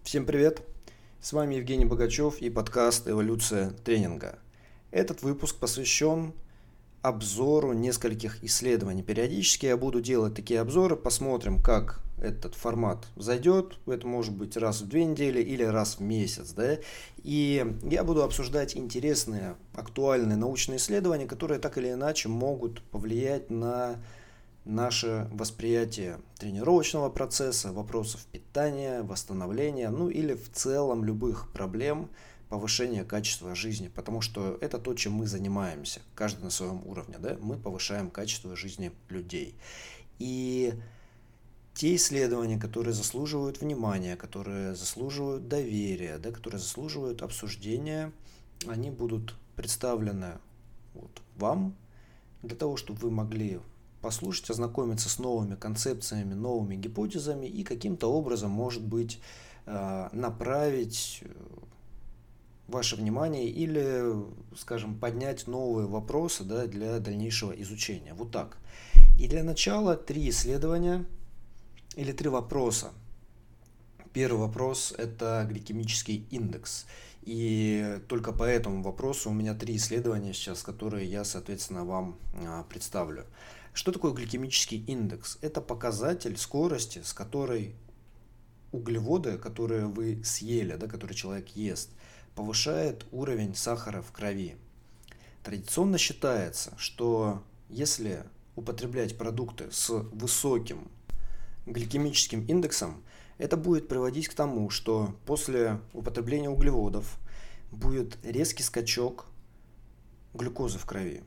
Всем привет! С вами Евгений Богачев и подкаст «Эволюция тренинга». Этот выпуск посвящен обзору нескольких исследований. Периодически я буду делать такие обзоры, посмотрим, как этот формат зайдет. Это может быть раз в 2 недели или раз в месяц. Да? И я буду обсуждать интересные, актуальные научные исследования, которые так или иначе могут повлиять на наше восприятие тренировочного процесса, вопросов питания, восстановления, ну или в целом любых проблем повышения качества жизни, потому что это то, чем мы занимаемся, каждый на своем уровне, да? Мы повышаем качество жизни людей. И те исследования, которые заслуживают внимания, которые заслуживают доверия, да, которые заслуживают обсуждения, они будут представлены вам для того, чтобы вы могли послушать, ознакомиться с новыми концепциями, новыми гипотезами и каким-то образом, может быть, направить ваше внимание или, скажем, поднять новые вопросы, да, для дальнейшего изучения. Вот так. И для начала 3 исследования или 3 вопроса. Первый вопрос – это гликемический индекс. И только по этому вопросу у меня 3 исследования сейчас, которые я, соответственно, вам представлю. Что такое гликемический индекс? Это показатель скорости, с которой углеводы, которые вы съели, да, которые человек ест, повышает уровень сахара в крови. Традиционно считается, что если употреблять продукты с высоким гликемическим индексом, это будет приводить к тому, что после употребления углеводов будет резкий скачок глюкозы в крови.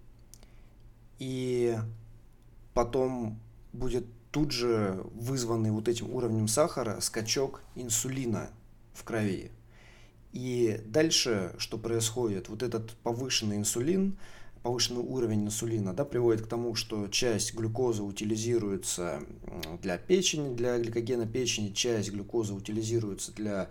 И потом будет тут же вызванный вот этим уровнем сахара скачок инсулина в крови. И дальше, что происходит, вот этот повышенный инсулин, повышенный уровень инсулина, да, приводит к тому, что часть глюкозы утилизируется для печени, для гликогена печени, часть глюкозы утилизируется для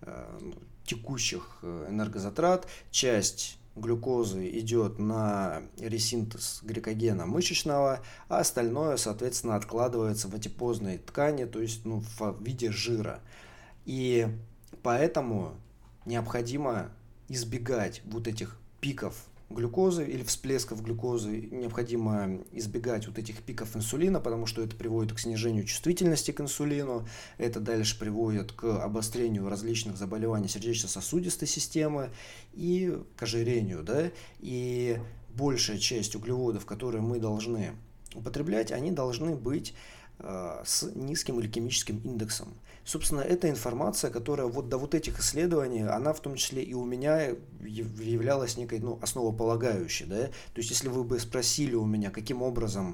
текущих энергозатрат, часть глюкозы идет на ресинтез гликогена мышечного, а остальное, соответственно, откладывается в адипозной ткани, то есть в виде жира. И поэтому необходимо избегать вот этих пиков глюкозы или всплесков глюкозы, необходимо избегать вот этих пиков инсулина, потому что это приводит к снижению чувствительности к инсулину, это дальше приводит к обострению различных заболеваний сердечно-сосудистой системы и к ожирению, да, и большая часть углеводов, которые мы должны употреблять, они должны быть с низким гликемическим индексом. Собственно, эта информация, которая вот до вот этих исследований, она в том числе и у меня являлась некой основополагающей. Да? То есть, если вы бы спросили у меня, каким образом,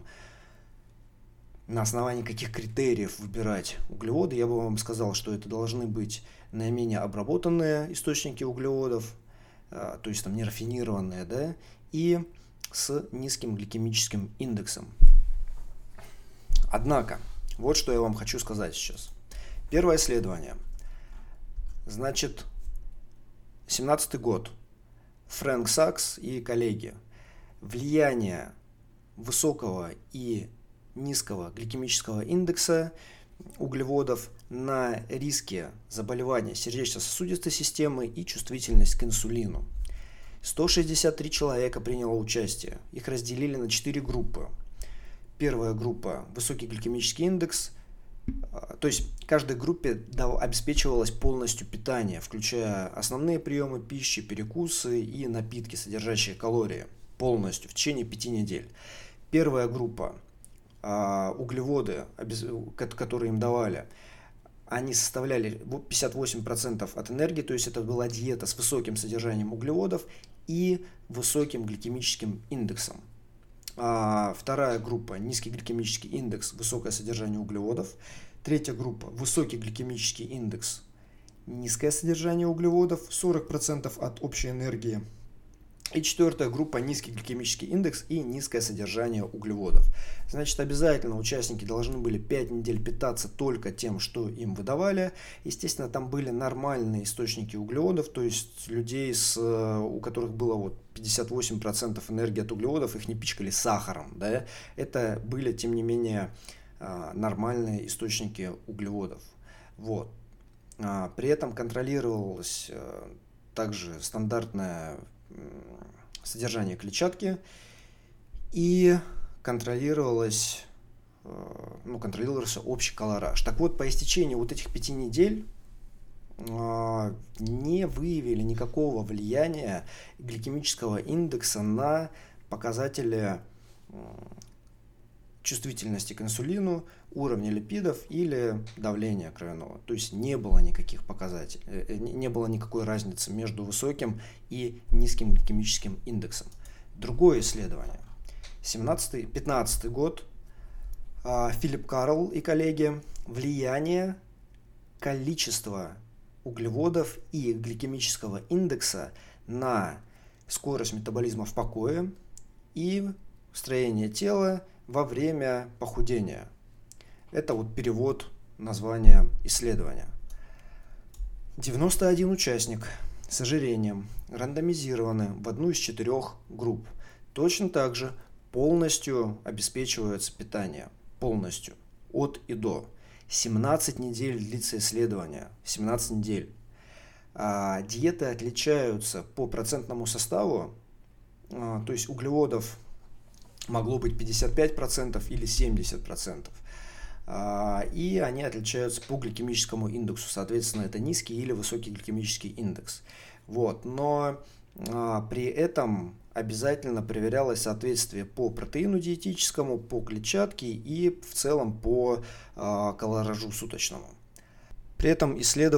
на основании каких критериев выбирать углеводы, я бы вам сказал, что это должны быть наименее обработанные источники углеводов, то есть там нерафинированные, да, и с низким гликемическим индексом. Однако, вот что я вам хочу сказать сейчас. Первое исследование. Значит, 17-й год. Фрэнк Сакс и коллеги. Влияние высокого и низкого гликемического индекса углеводов на риски заболевания сердечно-сосудистой системы и чувствительность к инсулину. 163 человека приняло участие. Их разделили на 4 группы. Первая группа – высокий гликемический индекс, то есть каждой группе обеспечивалось полностью питание, включая основные приемы пищи, перекусы и напитки, содержащие калории, полностью в течение 5 недель. Первая группа – углеводы, которые им давали, они составляли 58% от энергии, то есть это была диета с высоким содержанием углеводов и высоким гликемическим индексом. Вторая группа – низкий гликемический индекс, высокое содержание углеводов. Третья группа – высокий гликемический индекс, низкое содержание углеводов, 40% от общей энергии. И четвертая группа – низкий гликемический индекс и низкое содержание углеводов. Значит, обязательно участники должны были 5 недель питаться только тем, что им выдавали. Естественно, там были нормальные источники углеводов, то есть людей, у которых было 58% энергии от углеводов, их не пичкали сахаром. Да? Это были, тем не менее, нормальные источники углеводов. Вот. При этом контролировалось также стандартное содержание клетчатки и контролировался общий колораж. Так вот, по истечении вот этих 5 недель не выявили никакого влияния гликемического индекса на показатели чувствительности к инсулину, уровня липидов или давления кровяного. То есть не было никаких показателей, не было никакой разницы между высоким и низким гликемическим индексом. Другое исследование. 15 год. Филипп Карл и коллеги. Влияние количества углеводов и гликемического индекса на скорость метаболизма в покое и строение тела во время похудения. Это вот перевод названия исследования. 91 участник с ожирением рандомизированы в одну из 4 групп. Точно так же полностью обеспечивается питание. Полностью. От и до. 17 недель длится исследование. 17 недель. Диеты отличаются по процентному составу. То есть углеводов могло быть 55% или 70%. И они отличаются по гликемическому индексу. Соответственно, это низкий или высокий гликемический индекс. Вот. Но при этом обязательно проверялось соответствие по протеину диетическому, по клетчатке и в целом по колоражу суточному. При этом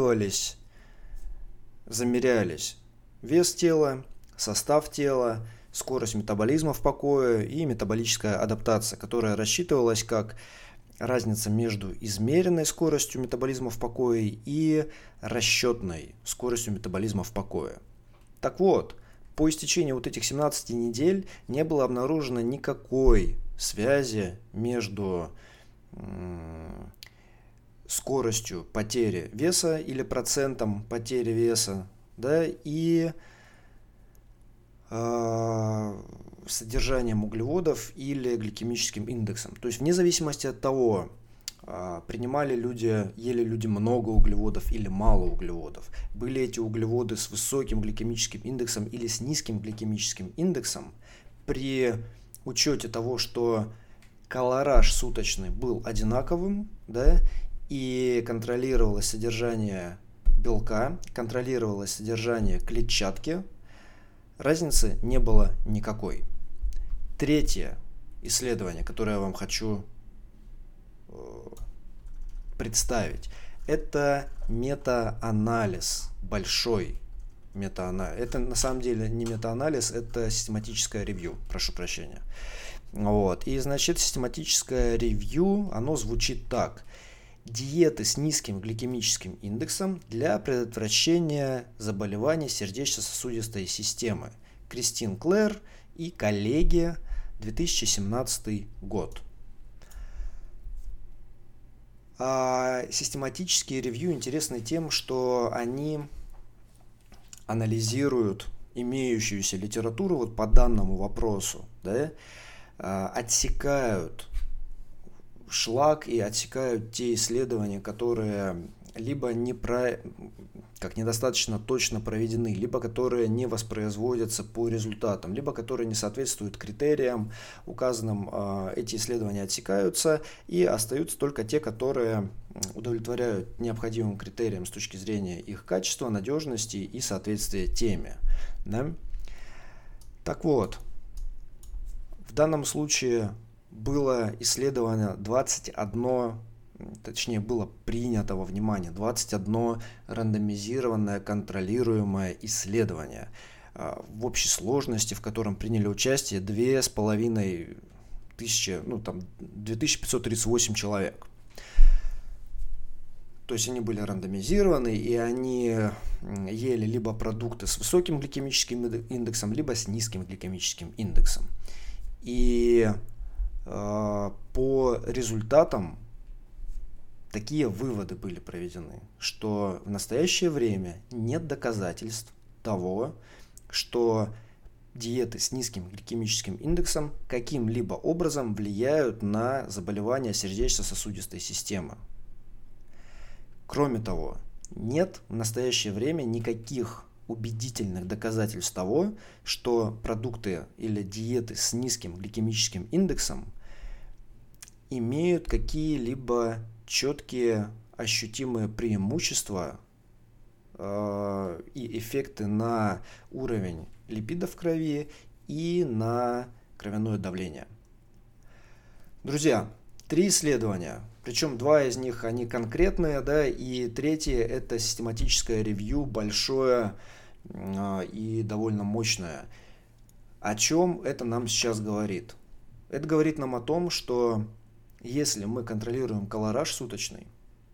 замерялись вес тела, состав тела, скорость метаболизма в покое и метаболическая адаптация, которая рассчитывалась как разница между измеренной скоростью метаболизма в покое и расчетной скоростью метаболизма в покое. Так вот, по истечении вот этих 17 недель не было обнаружено никакой связи между скоростью потери веса или процентом потери веса, да, и содержанием углеводов или гликемическим индексом. То есть вне зависимости от того, ели люди много углеводов или мало углеводов, были эти углеводы с высоким гликемическим индексом или с низким гликемическим индексом, при учете того, что колораж суточный был одинаковым, да, и контролировалось содержание белка, контролировалось содержание клетчатки, разницы не было никакой. Третье исследование, которое я вам хочу представить, это метаанализ, большой метаанализ. Это на самом деле не метаанализ, это систематическое ревью, прошу прощения. Вот. И, значит, систематическое ревью, оно звучит так. Диеты с низким гликемическим индексом для предотвращения заболеваний сердечно-сосудистой системы. Кристин Клэр и коллеги, 2017 год. Систематические ревью интересны тем, что они анализируют имеющуюся литературу вот по данному вопросу, да, отсекают шлак и отсекают те исследования, которые либо недостаточно точно проведены, либо которые не воспроизводятся по результатам, либо которые не соответствуют критериям указанным. Эти исследования отсекаются, и остаются только те, которые удовлетворяют необходимым критериям с точки зрения их качества, надежности и соответствия теме. Да? Так вот, в данном случае было исследовано было принято во внимание 21 рандомизированное контролируемое исследование, в общей сложности, в котором приняли участие 2538 человек. То есть они были рандомизированы, и они ели либо продукты с высоким гликемическим индексом, либо с низким гликемическим индексом. И по результатам такие выводы были проведены, что в настоящее время нет доказательств того, что диеты с низким гликемическим индексом каким-либо образом влияют на заболевания сердечно-сосудистой системы. Кроме того, Нет в настоящее время никаких убедительных доказательств того, что продукты или диеты с низким гликемическим индексом имеют какие-либо четкие ощутимые преимущества и эффекты на уровень липидов в крови и на кровяное давление. Друзья, 3 исследования, причем 2 из них они конкретные, да, и третье это систематическое ревью, большое и довольно мощное. О чем это нам сейчас говорит? Это говорит нам о том, что если мы контролируем колораж суточный,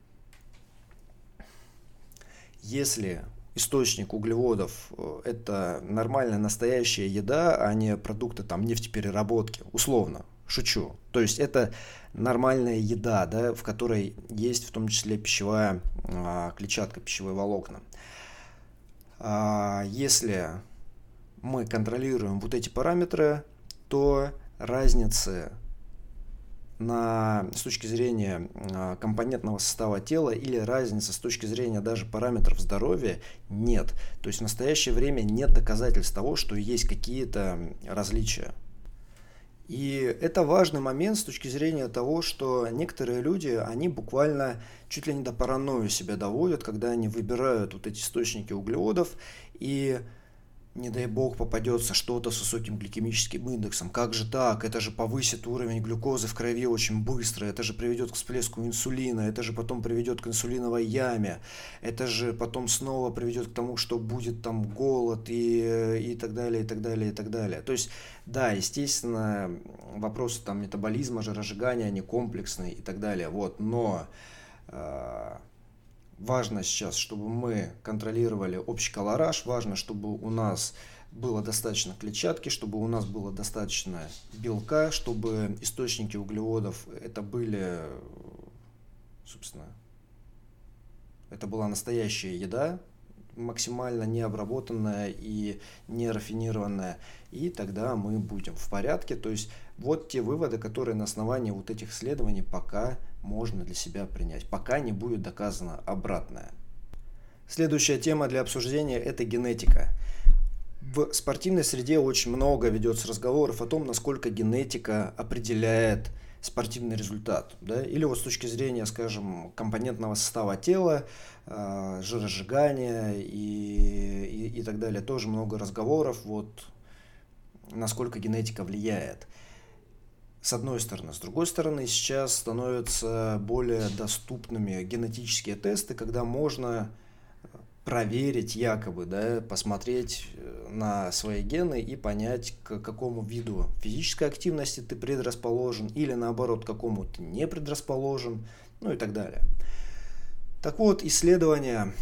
если источник углеводов это нормальная настоящая еда, а не продукты там нефтепереработки, условно, шучу. То есть это нормальная еда, да, в которой есть в том числе пищевая клетчатка, пищевые волокна. Если мы контролируем вот эти параметры, то разницы с точки зрения компонентного состава тела или разницы с точки зрения даже параметров здоровья нет. То есть в настоящее время нет доказательств того, что есть какие-то различия. И это важный момент с точки зрения того, что некоторые люди, они буквально чуть ли не до паранойи себя доводят, когда они выбирают вот эти источники углеводов и не дай бог попадется что-то с высоким гликемическим индексом. Как же так? Это же повысит уровень глюкозы в крови очень быстро. Это же приведет к всплеску инсулина. Это же потом приведет к инсулиновой яме. Это же потом снова приведет к тому, что будет там голод и так далее, и так далее, и так далее. То есть, да, естественно, вопросы там метаболизма, жиросжигания, они комплексные и так далее. Вот, но важно сейчас, чтобы мы контролировали общий колораж, важно, чтобы у нас было достаточно клетчатки, чтобы у нас было достаточно белка, чтобы источники углеводов это были, собственно, это была настоящая еда, максимально необработанная и не рафинированная, и тогда мы будем в порядке. То есть вот те выводы, которые на основании вот этих исследований пока можно для себя принять, пока не будет доказано обратное. Следующая тема для обсуждения – это генетика. В спортивной среде очень много ведется разговоров о том, насколько генетика определяет спортивный результат, да? Или вот с точки зрения, скажем, компонентного состава тела, жиросжигания и так далее, тоже много разговоров, вот, насколько генетика влияет. С одной стороны. С другой стороны, сейчас становятся более доступными генетические тесты, когда можно проверить якобы, да, посмотреть на свои гены и понять, к какому виду физической активности ты предрасположен или наоборот, к какому ты не предрасположен, ну и так далее. Так вот, исследование,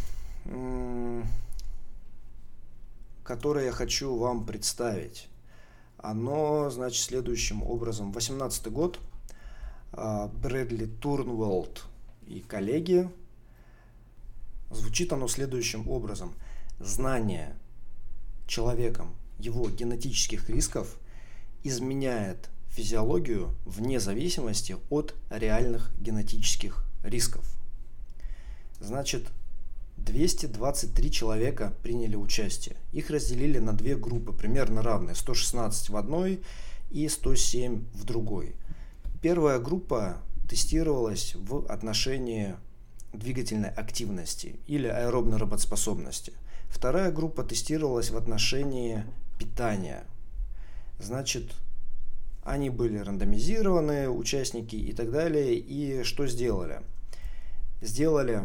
которое я хочу вам представить, оно, значит, следующим образом. 2018 год. Брэдли Турнвелд и коллеги. Звучит оно следующим образом. Знание человеком его генетических рисков изменяет физиологию вне зависимости от реальных генетических рисков. Значит, 223 человека приняли участие. Их разделили на две группы, примерно равные. 116 в одной и 107 в другой. Первая группа тестировалась в отношении двигательной активности или аэробной работоспособности. Вторая группа тестировалась в отношении питания. Значит, они были рандомизированы, участники и так далее. И что сделали? Сделали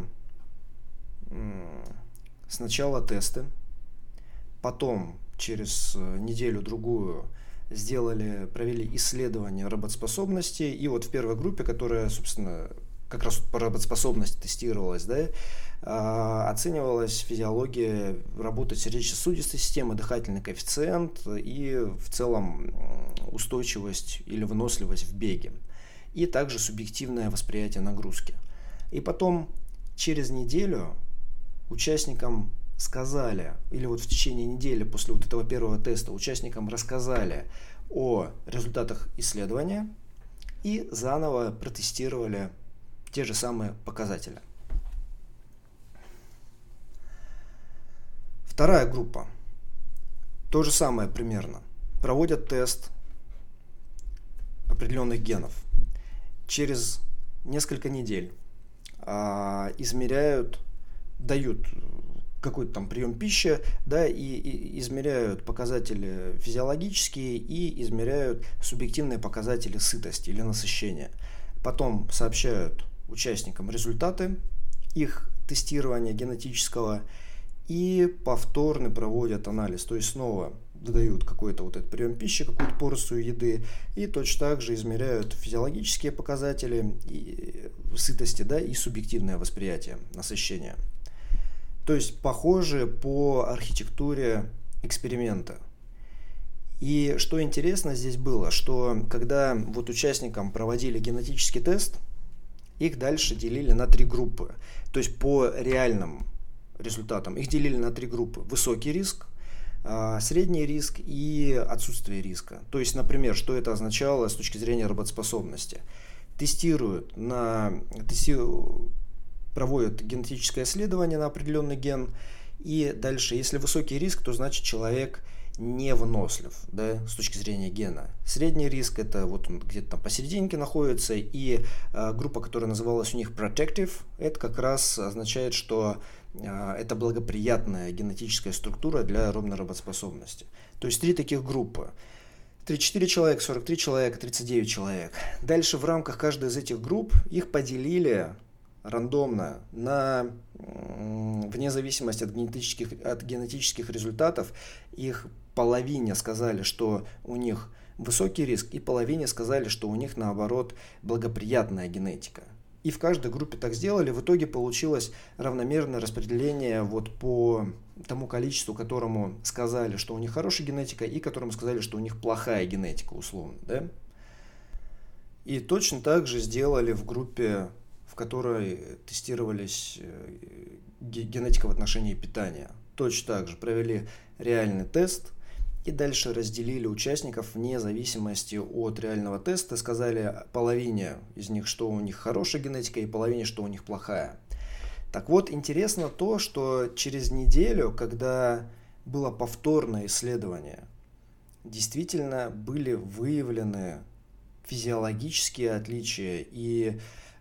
сначала тесты, потом через неделю-другую провели исследование работоспособности. И вот в первой группе, которая, собственно, как раз по работоспособности тестировалась, да, оценивалась физиология работы сердечно-сосудистой системы, дыхательный коэффициент и в целом устойчивость или выносливость в беге. И также субъективное восприятие нагрузки. И потом через неделю участникам сказали, или вот в течение недели после вот этого первого теста участникам рассказали о результатах исследования и заново протестировали те же самые показатели. Вторая группа. То же самое примерно. Проводят тест определенных генов. Через несколько недель измеряют, дают какой-то там прием пищи, да, и измеряют показатели физиологические и измеряют субъективные показатели сытости или насыщения. Потом сообщают участникам результаты их тестирования генетического и повторно проводят анализ, то есть снова дают какой-то вот этот прием пищи, какую-то порцию еды, и точно так же измеряют физиологические показатели и сытости, да, и субъективное восприятие насыщения. То есть похоже по архитектуре эксперимента. И что интересно здесь было, что когда вот участникам проводили генетический тест, их дальше делили на 3 группы. То есть по реальным результатам их делили на 3 группы. Высокий риск, средний риск и отсутствие риска. То есть, например, что это означало с точки зрения работоспособности. Проводят генетическое исследование на определенный ген, и дальше, если высокий риск, то значит человек не вынослив, да, с точки зрения гена. Средний риск — это вот он где-то там посерединке находится, и группа, которая называлась у них protective, это как раз означает, что это благоприятная генетическая структура для ровной работоспособности. То есть 3 таких группы. 34 человека, 43 человека, 39 человек. Дальше в рамках каждой из этих групп их поделили рандомно вне зависимости от генетических результатов. Их половине сказали, что у них высокий риск, и половине сказали, что у них наоборот благоприятная генетика. И в каждой группе так сделали. В итоге получилось равномерное распределение вот по тому количеству, которому сказали, что у них хорошая генетика, и которому сказали, что у них плохая генетика, условно. Да? И точно так же сделали в группе, в которой тестировались генетика в отношении питания. Точно так же провели реальный тест и дальше разделили участников вне зависимости от реального теста. Сказали половине из них, что у них хорошая генетика, и половине, что у них плохая. Так вот, интересно то, что через неделю, когда было повторное исследование, действительно были выявлены физиологические отличия и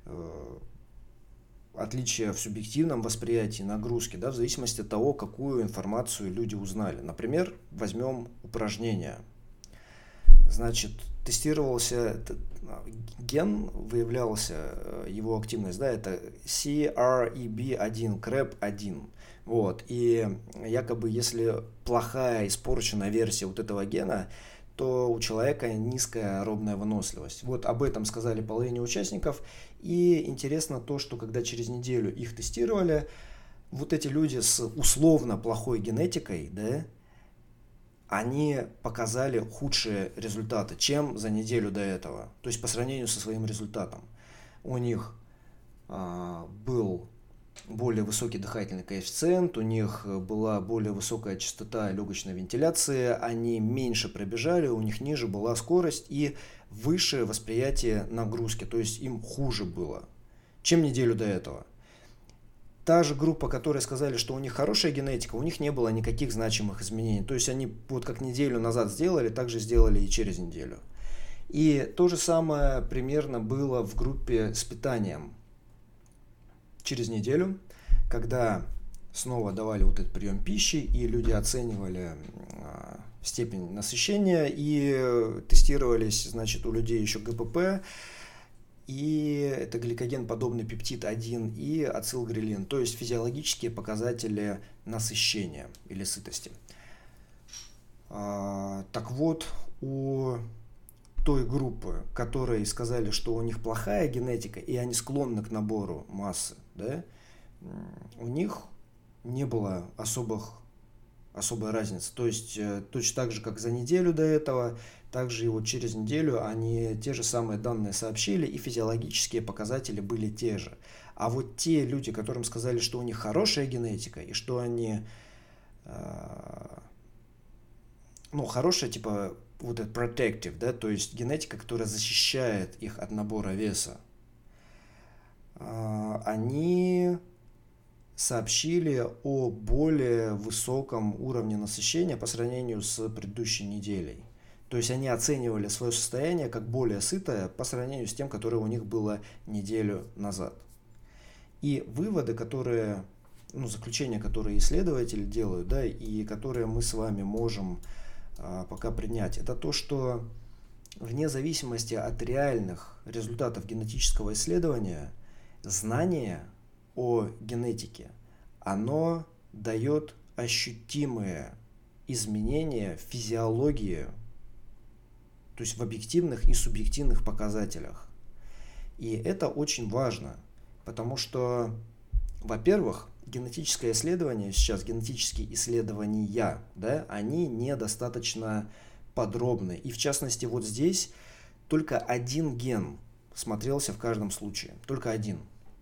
отличия в субъективном восприятии нагрузки, да, в зависимости от того, какую информацию люди узнали. Например, возьмем упражнения. Значит, тестировался ген, выявлялся его активность, да, это CREB1, CREB1. Вот, и якобы если плохая испорченная версия вот этого гена, то у человека низкая аэробная выносливость. Вот об этом сказали половине участников. И интересно то, что когда через неделю их тестировали, вот эти люди с условно плохой генетикой, да, они показали худшие результаты, чем за неделю до этого. То есть по сравнению со своим результатом. У них был более высокий дыхательный коэффициент, у них была более высокая частота легочной вентиляции, они меньше пробежали, у них ниже была скорость и выше восприятие нагрузки, то есть им хуже было, чем неделю до этого. Та же группа, которые сказали, что у них хорошая генетика, у них не было никаких значимых изменений. То есть они вот как неделю назад сделали, так же сделали и через неделю. И то же самое примерно было в группе с питанием. Через неделю, когда снова давали вот этот прием пищи, и люди оценивали степень насыщения, и тестировались, значит, у людей еще ГПП, и это гликоген-подобный пептид 1 и ацилгрелин, то есть физиологические показатели насыщения или сытости. Так вот, у той группы, которые сказали, что у них плохая генетика, и они склонны к набору массы, да, у них не было особой разницы. То есть точно так же, как за неделю до этого, также и вот через неделю они те же самые данные сообщили, и физиологические показатели были те же. А вот те люди, которым сказали, что у них хорошая генетика, и что они, хорошая, типа, вот это protective, да, то есть генетика, которая защищает их от набора веса, они сообщили о более высоком уровне насыщения по сравнению с предыдущей неделей. То есть они оценивали свое состояние как более сытое по сравнению с тем, которое у них было неделю назад. И выводы, которые, заключения, которые исследователи делают, да, и которые мы с вами можем пока принять, это то, что вне зависимости от реальных результатов генетического исследования, знание о генетике, оно дает ощутимые изменения в физиологии, то есть в объективных и субъективных показателях. И это очень важно, потому что, во-первых, генетическое исследование, сейчас генетические исследования, да, они недостаточно подробны. И в частности, вот здесь только один ген смотрелся в каждом случае. Только один.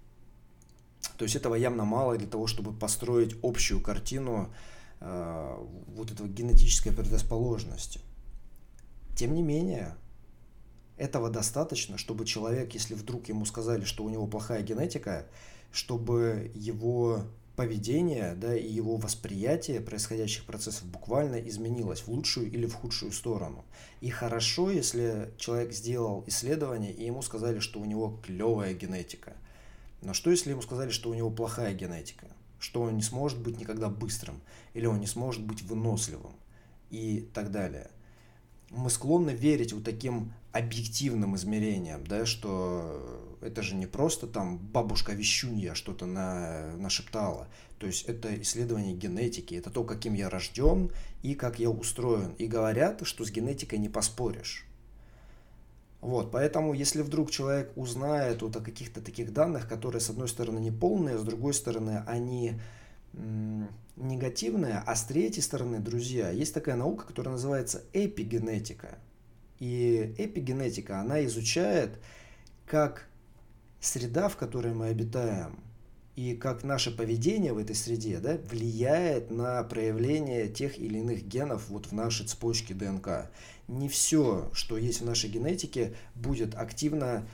То есть этого явно мало для того, чтобы построить общую картину вот этого генетической предрасположенности. Тем не менее, этого достаточно, чтобы человек, если вдруг ему сказали, что у него плохая генетика, чтобы его поведение, да, и его восприятие происходящих процессов буквально изменилось в лучшую или в худшую сторону. И хорошо, если человек сделал исследование, и ему сказали, что у него клевая генетика. Но что, если ему сказали, что у него плохая генетика? Что он не сможет быть никогда быстрым, или он не сможет быть выносливым, и так далее. Мы склонны верить вот таким объективным измерениям, да, что это же не просто там бабушка Вещунья что-то нашептала. То есть это исследование генетики, это то, каким я рожден и как я устроен. И говорят, что с генетикой не поспоришь. Вот, поэтому, если вдруг человек узнает вот о каких-то таких данных, которые, с одной стороны, не полные, а с другой стороны, они негативные, а с третьей стороны, друзья, есть такая наука, которая называется эпигенетика. И эпигенетика, она изучает, как среда, в которой мы обитаем, и как наше поведение в этой среде, да, влияет на проявление тех или иных генов вот в нашей цепочке ДНК. Не все, что есть в нашей генетике, будет активно,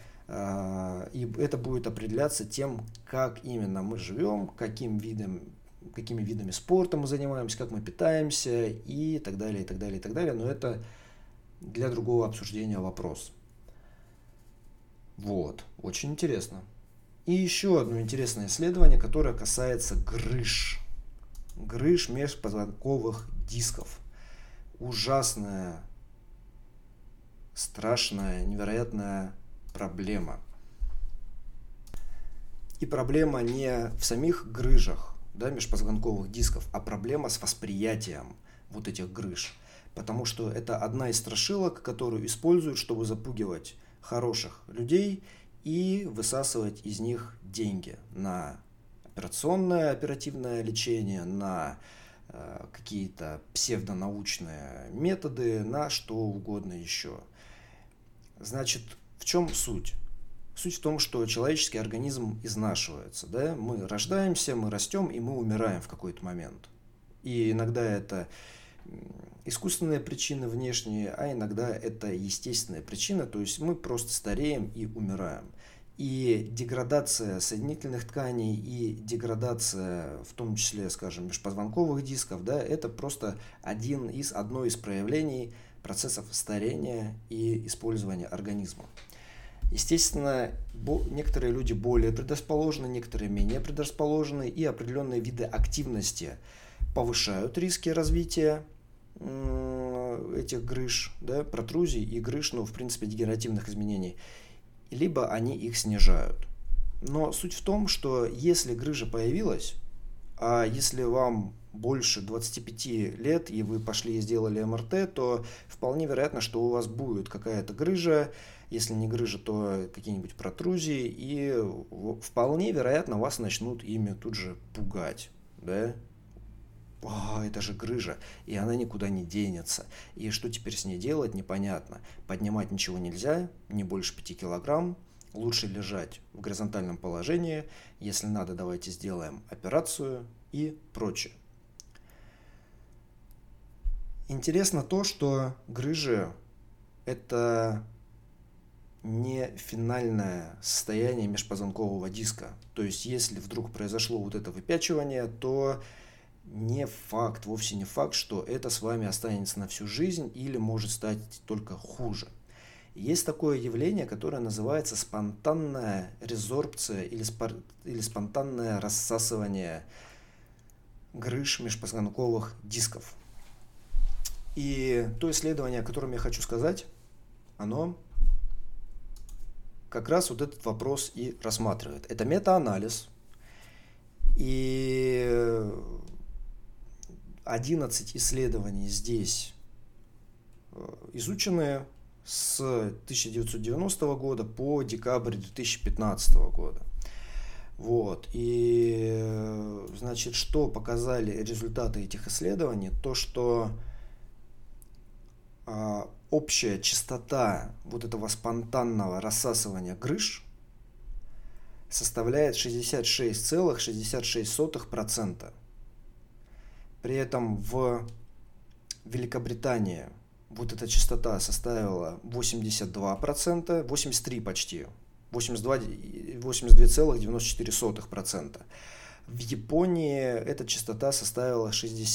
и это будет определяться тем, как именно мы живем, какими видами спорта мы занимаемся, как мы питаемся и так далее, и так далее, и так далее. Но это для другого обсуждения вопрос. Вот, очень интересно. И еще одно интересное исследование, которое касается грыж. Грыж межпозвонковых дисков. Ужасная, страшная, невероятная проблема. И проблема не в самих грыжах, да, межпозвонковых дисков, а проблема с восприятием вот этих грыж. Потому что это одна из страшилок, которую используют, чтобы запугивать хороших людей и высасывать из них деньги на оперативное лечение, на какие-то псевдонаучные методы, на что угодно еще. Значит, в чем суть? Суть в том, что человеческий организм изнашивается. Да? Мы рождаемся, мы растем и мы умираем в какой-то момент. И иногда это искусственные причины внешние, а иногда это естественная причина, то есть мы просто стареем и умираем. И деградация соединительных тканей и деградация, в том числе, скажем, межпозвонковых дисков, да, это просто одно из проявлений процессов старения и использования организма. Естественно, некоторые люди более предрасположены, некоторые менее предрасположены, и определенные виды активности повышают риски развития этих грыж, да, протрузий и грыж, в принципе, дегенеративных изменений, либо они их снижают. Но суть в том, что если грыжа появилась, а если вам больше 25 лет и вы пошли и сделали МРТ, то вполне вероятно, что у вас будет какая-то грыжа, если не грыжа, то какие-нибудь протрузии, и вполне вероятно вас начнут ими тут же пугать, да? Это же грыжа, и она никуда не денется. И что теперь с ней делать, непонятно. Поднимать ничего нельзя, не больше 5 килограмм. Лучше лежать в горизонтальном положении. Если надо, давайте сделаем операцию и прочее. Интересно то, что грыжи – это не финальное состояние межпозвонкового диска. То есть, если вдруг произошло вот это выпячивание, то не факт, вовсе не факт, что это с вами останется на всю жизнь или может стать только хуже. Есть такое явление, которое называется спонтанная резорбция или спонтанное рассасывание грыж межпозвонковых дисков. И то исследование, о котором я хочу сказать, оно как раз вот этот вопрос и рассматривает. Это метаанализ, и 11 исследований здесь изучены с 1990 года по декабрь 2015 года. Вот. И, значит, что показали результаты этих исследований? То, что общая частота вот этого спонтанного рассасывания грыж составляет 66,66%. При этом в Великобритании вот эта частота составила 82%, 83 почти, 82,94%. В Японии эта частота составила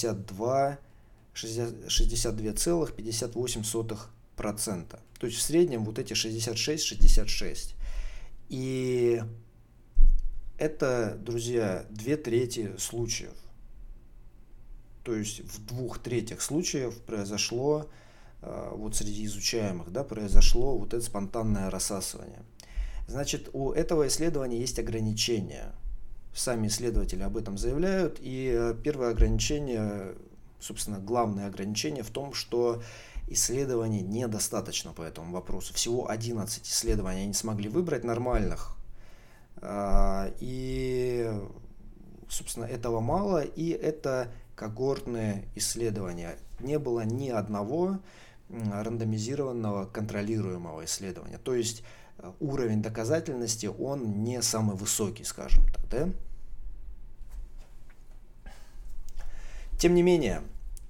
62,58%. То есть в среднем вот эти 66-66. И это, друзья, 2/3 случаев. То есть в 2/3 случаев произошло, вот среди изучаемых, да, произошло вот это спонтанное рассасывание. Значит, у этого исследования есть ограничения. Сами исследователи об этом заявляют. И первое ограничение, собственно, главное ограничение в том, что исследований недостаточно по этому вопросу. Всего 11 исследований они смогли выбрать нормальных. И, собственно, этого мало. И это когортные исследования. Не было ни одного рандомизированного контролируемого исследования. То есть уровень доказательности, он не самый высокий, скажем так, да? Тем не менее,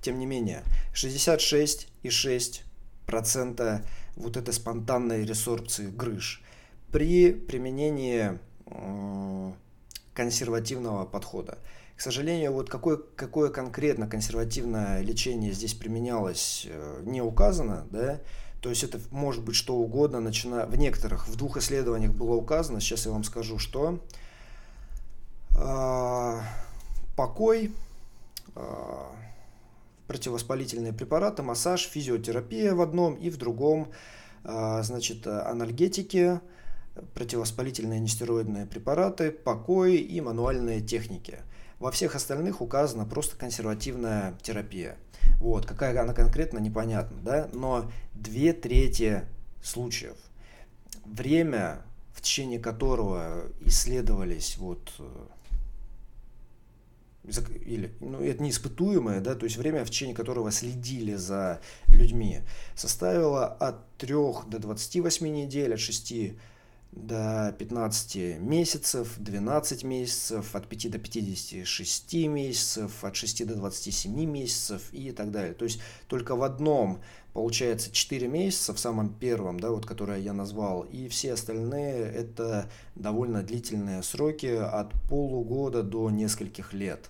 66,6% вот этой спонтанной ресорбции грыж при применении консервативного подхода. К сожалению, вот какое конкретно консервативное лечение здесь применялось, не указано, да? То есть это может быть что угодно, начиная в некоторых, в 2 исследованиях было указано, сейчас я вам скажу, что покой, противовоспалительные препараты, массаж, физиотерапия в одном и в другом, значит, анальгетики, противовоспалительные нестероидные препараты, покой и мануальные техники. Во всех остальных указана просто консервативная терапия. Вот, какая она конкретно, непонятно, да? Но 2/3 случаев, время, в течение которого исследовались это неиспытуемое, да, то есть время, в течение которого следили за людьми, составило от 3 до 28 недель, от 6 до 15 месяцев, 12 месяцев, от 5 до 56 месяцев, от 6 до 27 месяцев и так далее. То есть только в одном получается 4 месяца, в самом первом, да, вот, которое я назвал, и все остальные это довольно длительные сроки, от полугода до нескольких лет.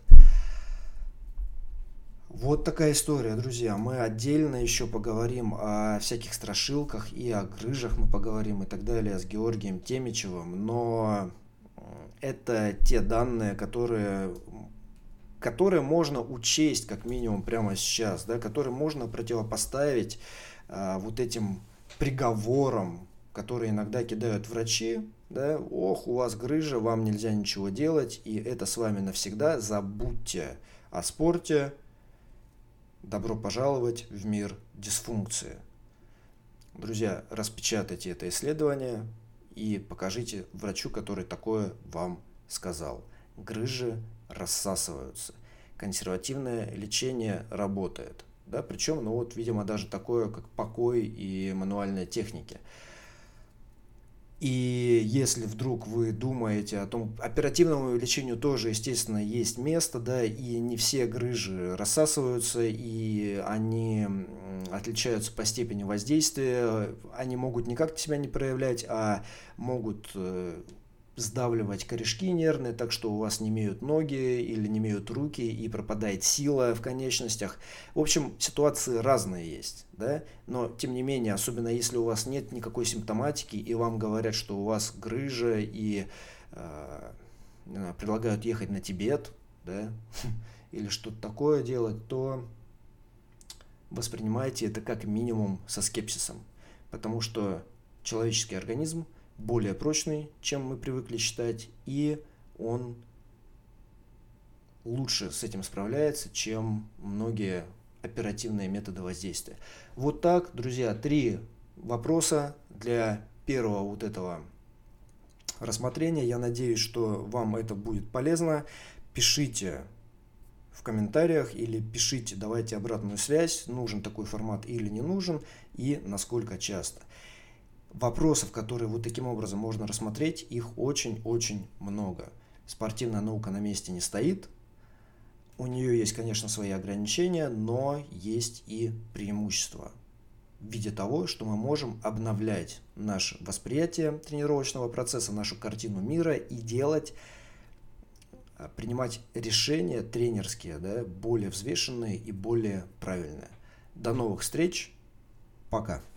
Вот такая история, друзья. Мы отдельно еще поговорим о всяких страшилках и о грыжах мы поговорим и так далее с Георгием Темичевым, но это те данные, которые можно учесть как минимум прямо сейчас, да, которые можно противопоставить вот этим приговорам, которые иногда кидают врачи, да, ох, у вас грыжа, вам нельзя ничего делать, и это с вами навсегда, забудьте о спорте. Добро пожаловать в мир дисфункции. Друзья, распечатайте это исследование и покажите врачу, который такое вам сказал. Грыжи рассасываются. Консервативное лечение работает. Да? Причем, видимо, даже такое, как покой и мануальные техники. И если вдруг вы думаете о том, оперативному увеличению тоже, естественно, есть место, да, и не все грыжи рассасываются, и они отличаются по степени воздействия, они могут никак себя не проявлять, а могут сдавливать корешки нервные, так что у вас не имеют ноги или не имеют руки и пропадает сила в конечностях. В общем, ситуации разные есть, да? Но тем не менее, особенно если у вас нет никакой симптоматики и вам говорят, что у вас грыжа и предлагают ехать на Тибет, да, или что-то такое делать, то воспринимайте это как минимум со скепсисом, потому что человеческий организм более прочный, чем мы привыкли считать, и он лучше с этим справляется, чем многие оперативные методы воздействия. Вот так, друзья, 3 вопроса для первого вот этого рассмотрения. Я надеюсь, что вам это будет полезно. Пишите в комментариях или пишите, давайте обратную связь, нужен такой формат или не нужен, и насколько часто. Вопросов, которые вот таким образом можно рассмотреть, их очень-очень много. Спортивная наука на месте не стоит. У нее есть, конечно, свои ограничения, но есть и преимущества в виде того, что мы можем обновлять наше восприятие тренировочного процесса, нашу картину мира и принимать решения тренерские, да, более взвешенные и более правильные. До новых встреч. Пока.